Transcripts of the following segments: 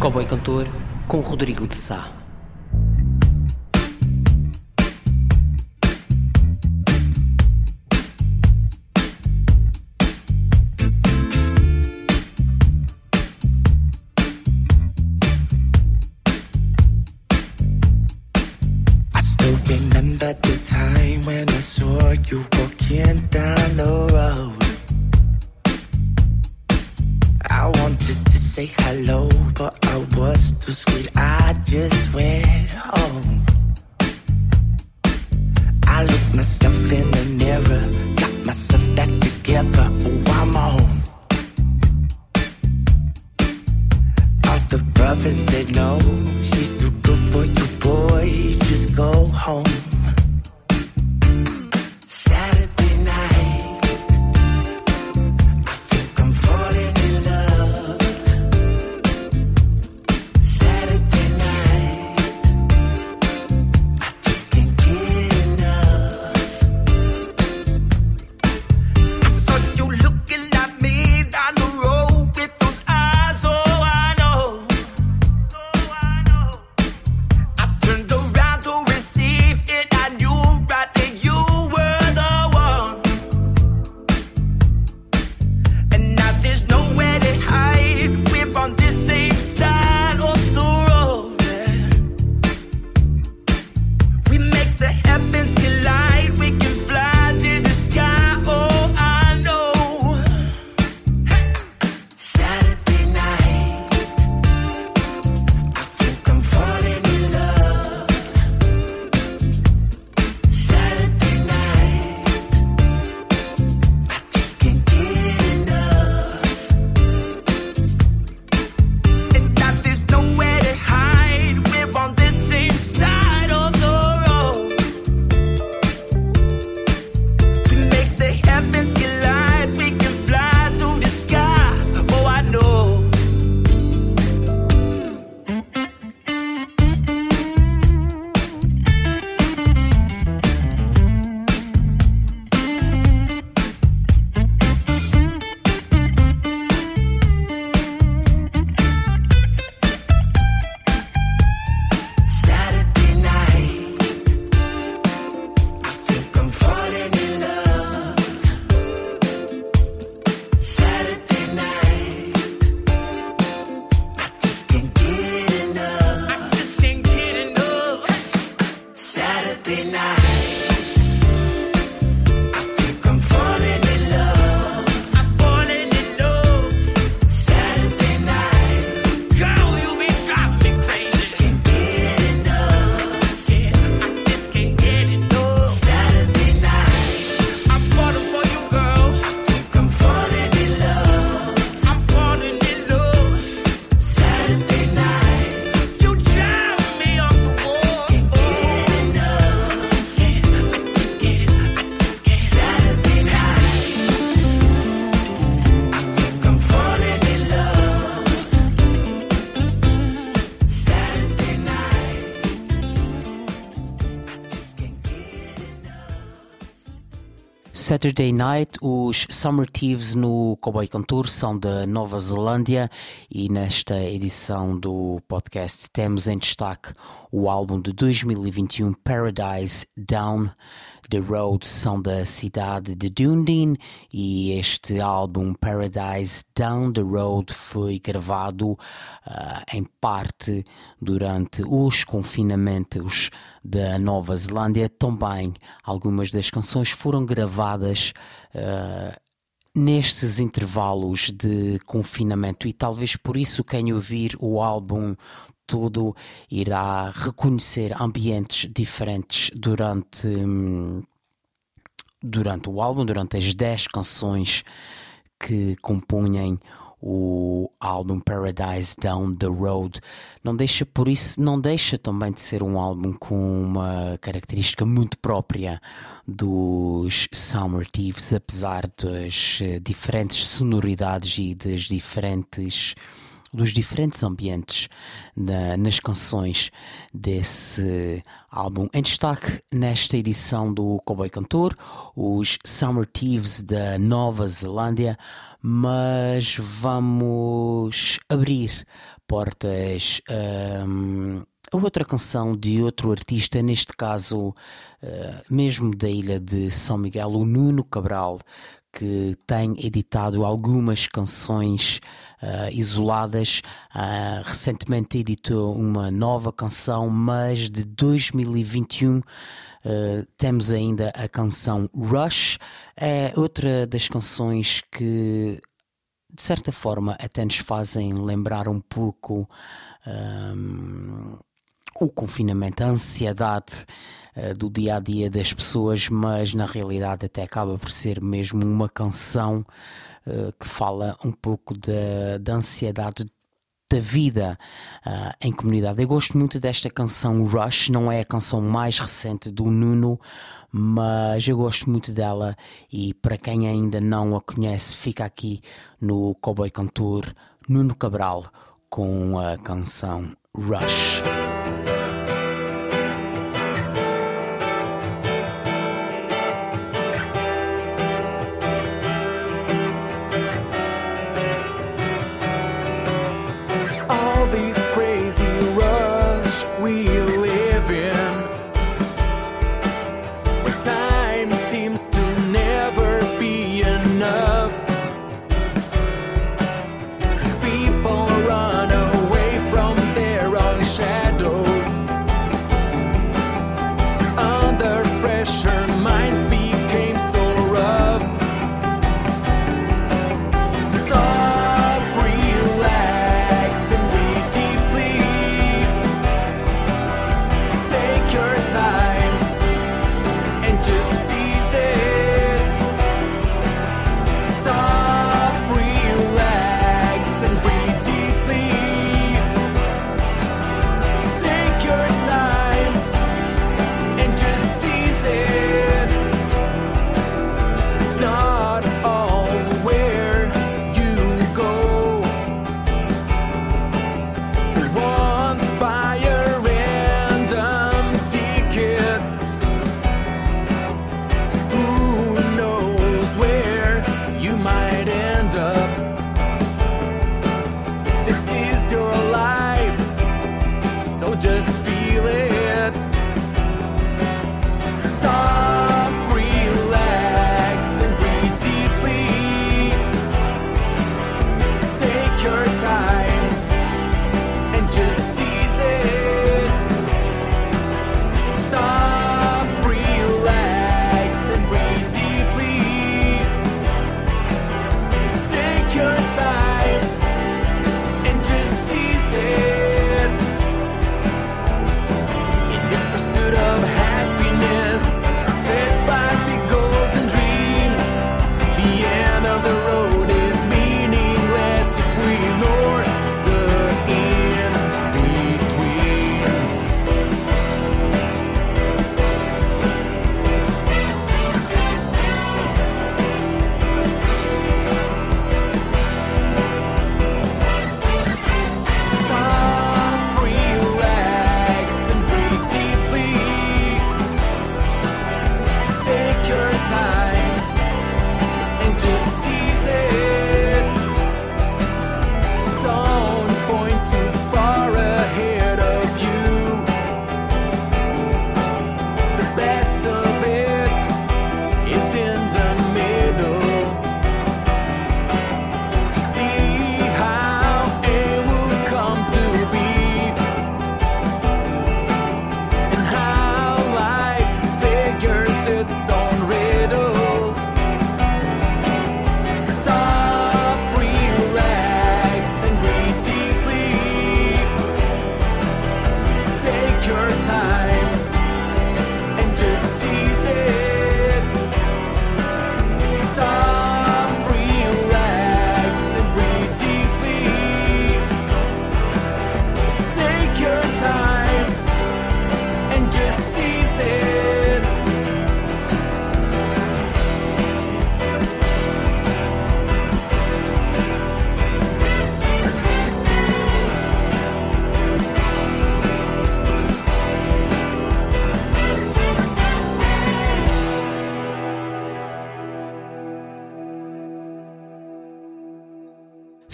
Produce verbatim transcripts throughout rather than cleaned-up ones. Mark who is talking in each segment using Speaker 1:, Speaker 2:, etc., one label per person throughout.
Speaker 1: Cowboy Cantor com Rodrigo de Sá.
Speaker 2: Remember the time when I saw you walking down the road. I wanted to say hello, but I was too scared. I just went home. I looked myself in the mirror, got myself back together. Oh, I'm home. All the brothers said no, she's too good for you, boy. Just go home. Saturday night, I think I'm falling in love. Saturday night, I just can't get enough. I saw you looking at me down the road with those eyes, oh I know. I turned around to receive it, I knew right that you were the one. And now there's nowhere to hide, we're on the same side of the road. We make the heavens collide, we can fly to the sky, oh I know. Saturday night, I think I'm falling in love. Saturday night, I just can't get enough. And now there's nowhere to hide, we're on the same side of the road. We make the heavens collide, we can fly through the sky, oh I know. Saturday night, I think I'm falling in love. Saturday night, I just can't get enough. I just can't get enough. Saturday night, I think I'm falling in love. I'm falling in love. Saturday night, girl, you be driving me crazy. Just can't get enough. Just can't, I just can't get enough. Saturday night, I'm falling for you, girl. I think I'm falling in love. I'm falling in love. Saturday night, you drive me off the wall. Just can't get enough. Just can't, I just can't, I just can't. Saturday night, I think I'm falling in love. Saturday night, I just can't get enough.
Speaker 1: Saturday Night, os Summer Thieves no Cowboy Cantor são da Nova Zelândia e nesta edição do podcast temos em destaque o álbum de dois mil e vinte e um Paradise Down the Road, são da cidade de Dunedin e este álbum Paradise Down the Road foi gravado ah, em parte durante os confinamentos da Nova Zelândia. Também algumas das canções foram gravadas ah, nestes intervalos de confinamento e talvez por isso quem ouvir o álbum todo irá reconhecer ambientes diferentes durante, hum, durante o álbum, durante as dez canções que compunham o álbum Paradise Down the Road. Não deixa, por isso, não deixa também de ser um álbum com uma característica muito própria dos Summer Thieves, apesar das eh, diferentes sonoridades e das diferentes dos diferentes ambientes na, nas canções desse álbum. Em destaque nesta edição do Cowboy Cantor, os Summer Thieves da Nova Zelândia, mas vamos abrir Portas um, a outra canção de outro artista, neste caso uh, mesmo da ilha de São Miguel, o Nuno Cabral, que tem editado algumas canções uh, isoladas. Uh, recentemente editou uma nova canção, mas de dois mil e vinte e um uh, temos ainda a canção Rush. É outra das canções que, de certa forma, até nos fazem lembrar um pouco um, o confinamento, a ansiedade uh, do dia a dia das pessoas, mas na realidade até acaba por ser mesmo uma canção uh, que fala um pouco da, da ansiedade da vida uh, em comunidade. Eu gosto muito desta canção Rush, não é a canção mais recente do Nuno, mas eu gosto muito dela, e para quem ainda não a conhece, fica aqui no Cowboy Cantor Nuno Cabral com a canção Rush.
Speaker 2: Shadow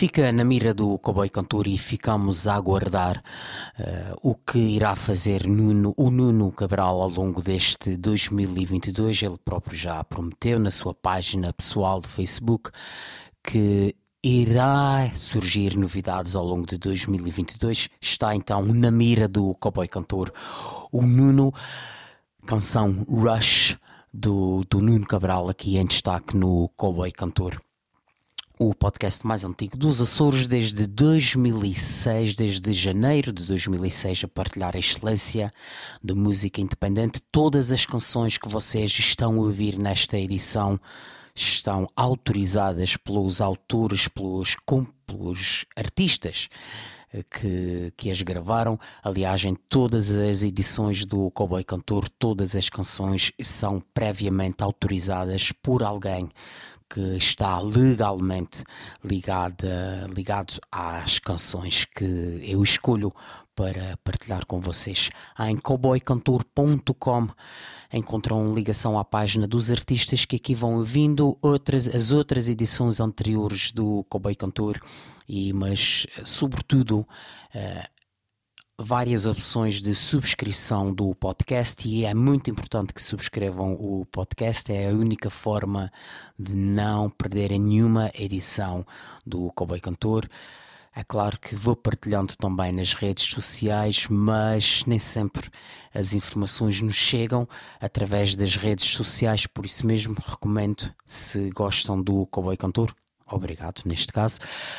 Speaker 1: fica na mira do Cowboy Cantor e ficamos a aguardar uh, o que irá fazer Nuno, o Nuno Cabral ao longo deste dois mil e vinte e dois. Ele próprio já prometeu na sua página pessoal do Facebook que irá surgir novidades ao longo de dois mil e vinte e dois. Está então na mira do Cowboy Cantor o Nuno, canção Rush do, do Nuno Cabral, aqui em destaque no Cowboy Cantor, o podcast mais antigo dos Açores desde dois mil e seis, desde janeiro de dois mil e seis, a partilhar a excelência de música independente. Todas as canções que vocês estão a ouvir nesta edição estão autorizadas pelos autores, pelos, pelos artistas que, que as gravaram. Aliás, em todas as edições do Cowboy Cantor, todas as canções são previamente autorizadas por alguém que está legalmente ligado, ligado às canções que eu escolho para partilhar com vocês. Em cowboy cantor ponto com encontram ligação à página dos artistas que aqui vão ouvindo, outras, as outras edições anteriores do Cowboy Cantor, e, mas sobretudo uh, várias opções de subscrição do podcast, e é muito importante que subscrevam o podcast. É a única forma de não perderem nenhuma edição do Cowboy Cantor. É claro que vou partilhando também nas redes sociais, mas nem sempre as informações nos chegam através das redes sociais. Por isso mesmo recomendo, se gostam do Cowboy Cantor, obrigado neste caso,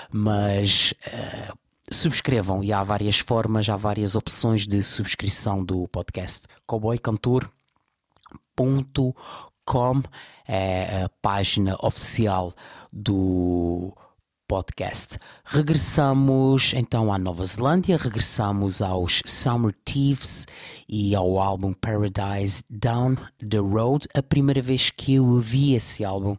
Speaker 1: mas uh, subscrevam, e há várias formas, há várias opções de subscrição do podcast. cowboy cantor ponto com é a página oficial do podcast. Regressamos então à Nova Zelândia, regressamos aos Summer Thieves e ao álbum Paradise Down the Road. A primeira vez que eu ouvi esse álbum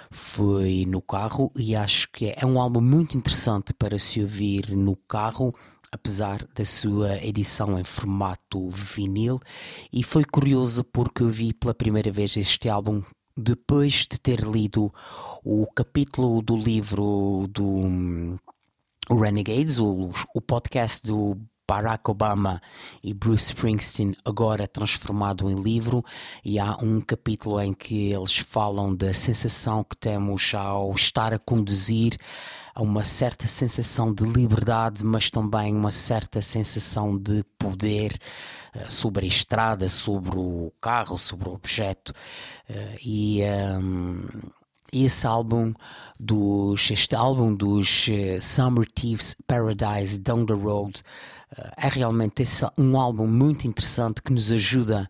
Speaker 1: foi no carro, e acho que é um álbum muito interessante para se ouvir no carro, apesar da sua edição em formato vinil. E foi curioso porque eu vi pela primeira vez este álbum depois de ter lido o capítulo do livro do um, Renegades, o, o podcast do Barack Obama e Bruce Springsteen, agora transformado em livro, e há um capítulo em que eles falam da sensação que temos ao estar a conduzir, a uma certa sensação de liberdade, mas também uma certa sensação de poder uh, sobre a estrada, sobre o carro, sobre o objeto. Uh, e um, esse álbum dos, este álbum dos uh, Summer Thieves, Paradise Down the Road, uh, é realmente esse, um álbum muito interessante que nos ajuda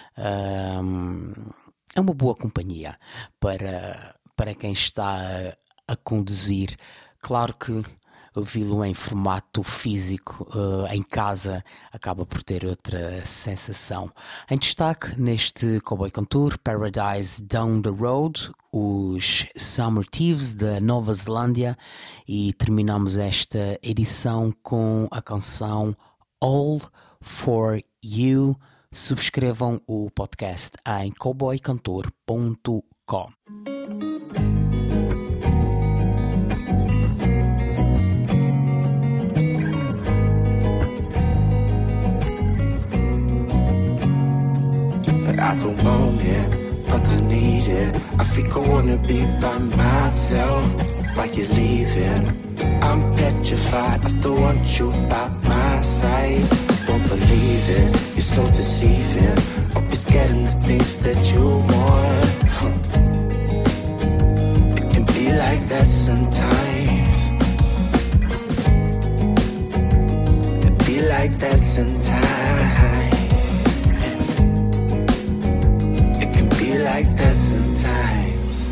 Speaker 1: uh, é uma boa companhia para, para quem está a, a conduzir. Claro que ouvi-lo em formato físico uh, em casa acaba por ter outra sensação. Em destaque neste Cowboy Cantor, Paradise Down the Road, os Summer Thieves da Nova Zelândia, e terminamos esta edição com a canção All for You. Subscrevam o podcast em cowboy cantor ponto com.
Speaker 2: I don't want it, but I need it. I think I wanna be by myself while you're leaving. I'm petrified, I still want you by my side. Don't believe it, you're so deceiving. I'll be scared of the things that you want. It can be like that sometimes. It can be like that sometimes. Like that sometimes.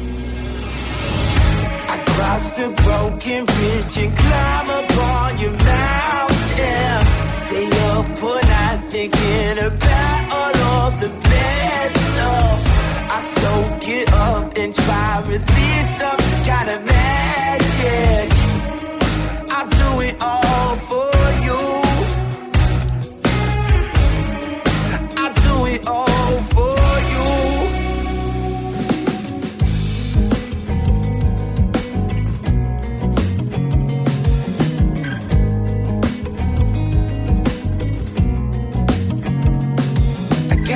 Speaker 2: I cross the broken bridge and climb up on your mountain. Stay up all night thinking about all of the bad stuff. I soak it up and try release some kind of magic. I do it all for you. I do it all for you.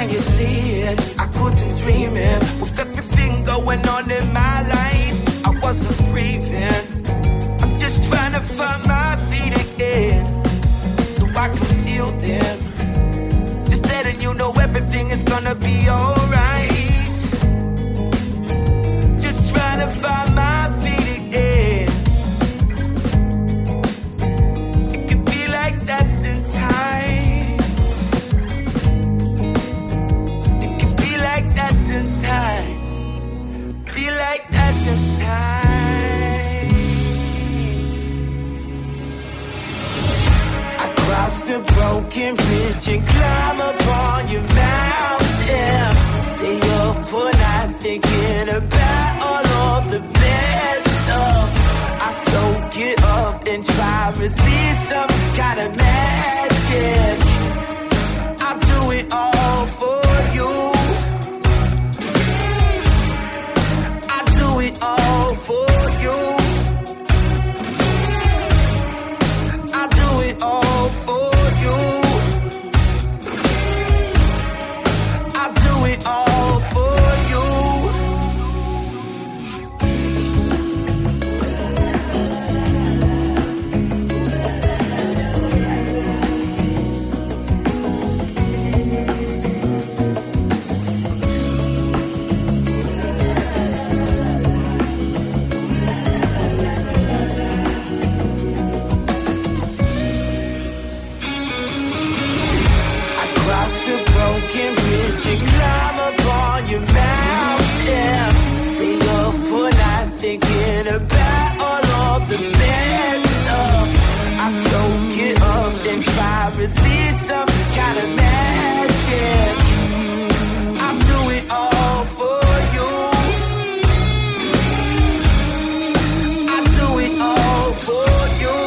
Speaker 2: you see it, I couldn't dream it. With everything going on in my life, I wasn't breathing. I'm just trying to find my feet again, so I can feel them. Just letting you know everything is gonna be alright. Just trying to find my feet again. It could be like that sometimes. It could be like that sometimes. Feel like that sometimes. Cross the broken bridge and climb upon your mountain. Stay up all night thinking about all of the bad stuff. I soak it up and try release some kind of magic. I do it all for you. I do it all for you. I do it all for you. I do it all for you. And climb upon your mountain. Stay up all night thinking about all of the bad stuff. I soak it up and try release some kind of magic. I do it all for you. I do it all for you.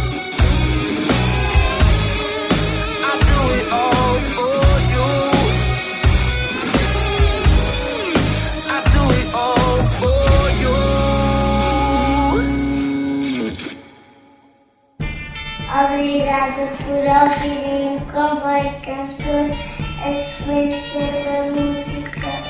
Speaker 2: I do it all for you.
Speaker 3: Obrigada por ouvirem o Comboio Cantor, a excelência da música.